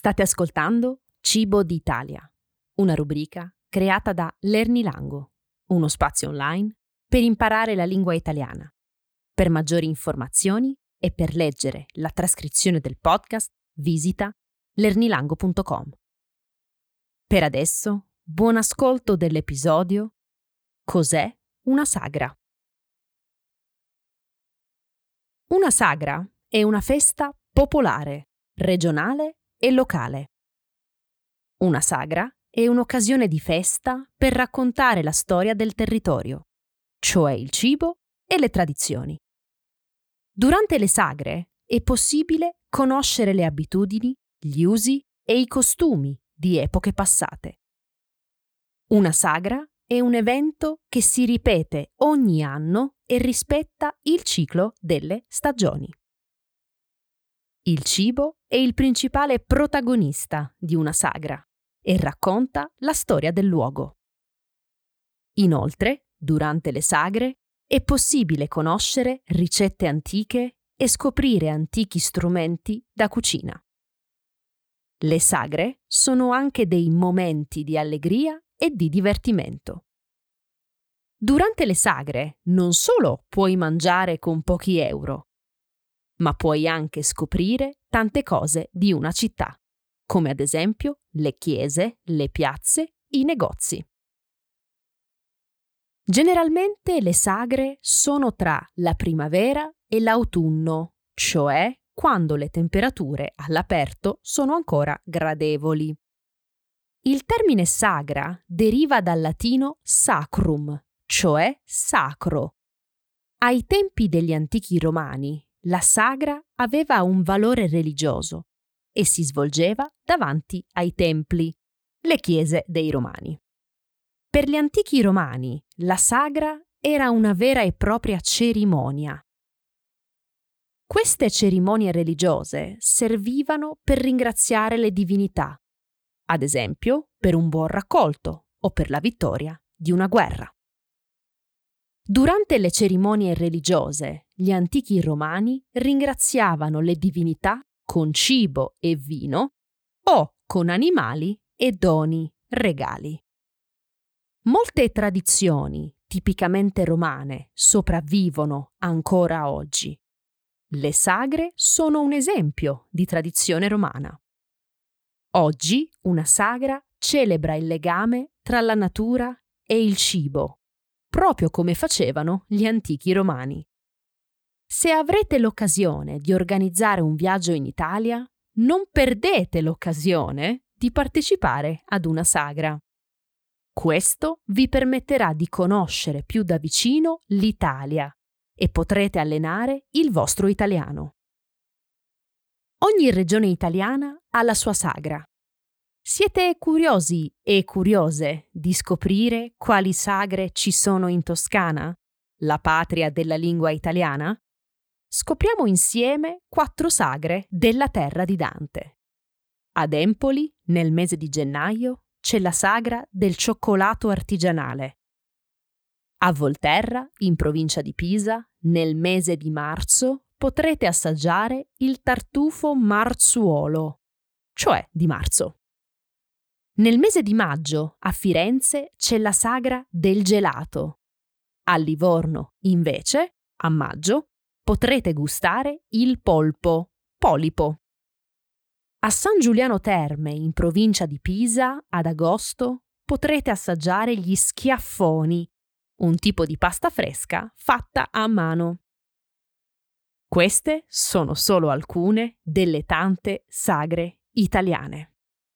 State ascoltando Cibo d'Italia, una rubrica creata da Lernilango, uno spazio online per imparare la lingua italiana. Per maggiori informazioni e per leggere la trascrizione del podcast, visita lernilango.com. Per adesso, buon ascolto dell'episodio Cos'è una sagra? Una sagra è una festa popolare, regionale e locale. Una sagra è un'occasione di festa per raccontare la storia del territorio, cioè il cibo e le tradizioni. Durante le sagre è possibile conoscere le abitudini, gli usi e i costumi di epoche passate. Una sagra è un evento che si ripete ogni anno e rispetta il ciclo delle stagioni. Il cibo è il principale protagonista di una sagra e racconta la storia del luogo. Inoltre, durante le sagre, è possibile conoscere ricette antiche e scoprire antichi strumenti da cucina. Le sagre sono anche dei momenti di allegria e di divertimento. Durante le sagre non solo puoi mangiare con pochi euro, ma puoi anche scoprire tante cose di una città, come ad esempio le chiese, le piazze, i negozi. Generalmente le sagre sono tra la primavera e l'autunno, cioè quando le temperature all'aperto sono ancora gradevoli. Il termine sagra deriva dal latino sacrum, cioè sacro. Ai tempi degli antichi romani, la sagra aveva un valore religioso e si svolgeva davanti ai templi, le chiese dei romani. Per gli antichi romani, la sagra era una vera e propria cerimonia. Queste cerimonie religiose servivano per ringraziare le divinità, ad esempio per un buon raccolto o per la vittoria di una guerra. Durante le cerimonie religiose, gli antichi romani ringraziavano le divinità con cibo e vino o con animali e doni, regali. Molte tradizioni tipicamente romane sopravvivono ancora oggi. Le sagre sono un esempio di tradizione romana. Oggi una sagra celebra il legame tra la natura e il cibo, proprio come facevano gli antichi romani. Se avrete l'occasione di organizzare un viaggio in Italia, non perdete l'occasione di partecipare ad una sagra. Questo vi permetterà di conoscere più da vicino l'Italia e potrete allenare il vostro italiano. Ogni regione italiana ha la sua sagra. Siete curiosi e curiose di scoprire quali sagre ci sono in Toscana, la patria della lingua italiana? Scopriamo insieme 4 sagre della terra di Dante. Ad Empoli, nel mese di gennaio, c'è la sagra del cioccolato artigianale. A Volterra, in provincia di Pisa, nel mese di marzo, potrete assaggiare il tartufo marzuolo, cioè di marzo. Nel mese di maggio, a Firenze, c'è la sagra del gelato. A Livorno, invece, a maggio, potrete gustare il polpo, polipo. A San Giuliano Terme, in provincia di Pisa, ad agosto, potrete assaggiare gli schiaffoni, un tipo di pasta fresca fatta a mano. Queste sono solo alcune delle tante sagre italiane.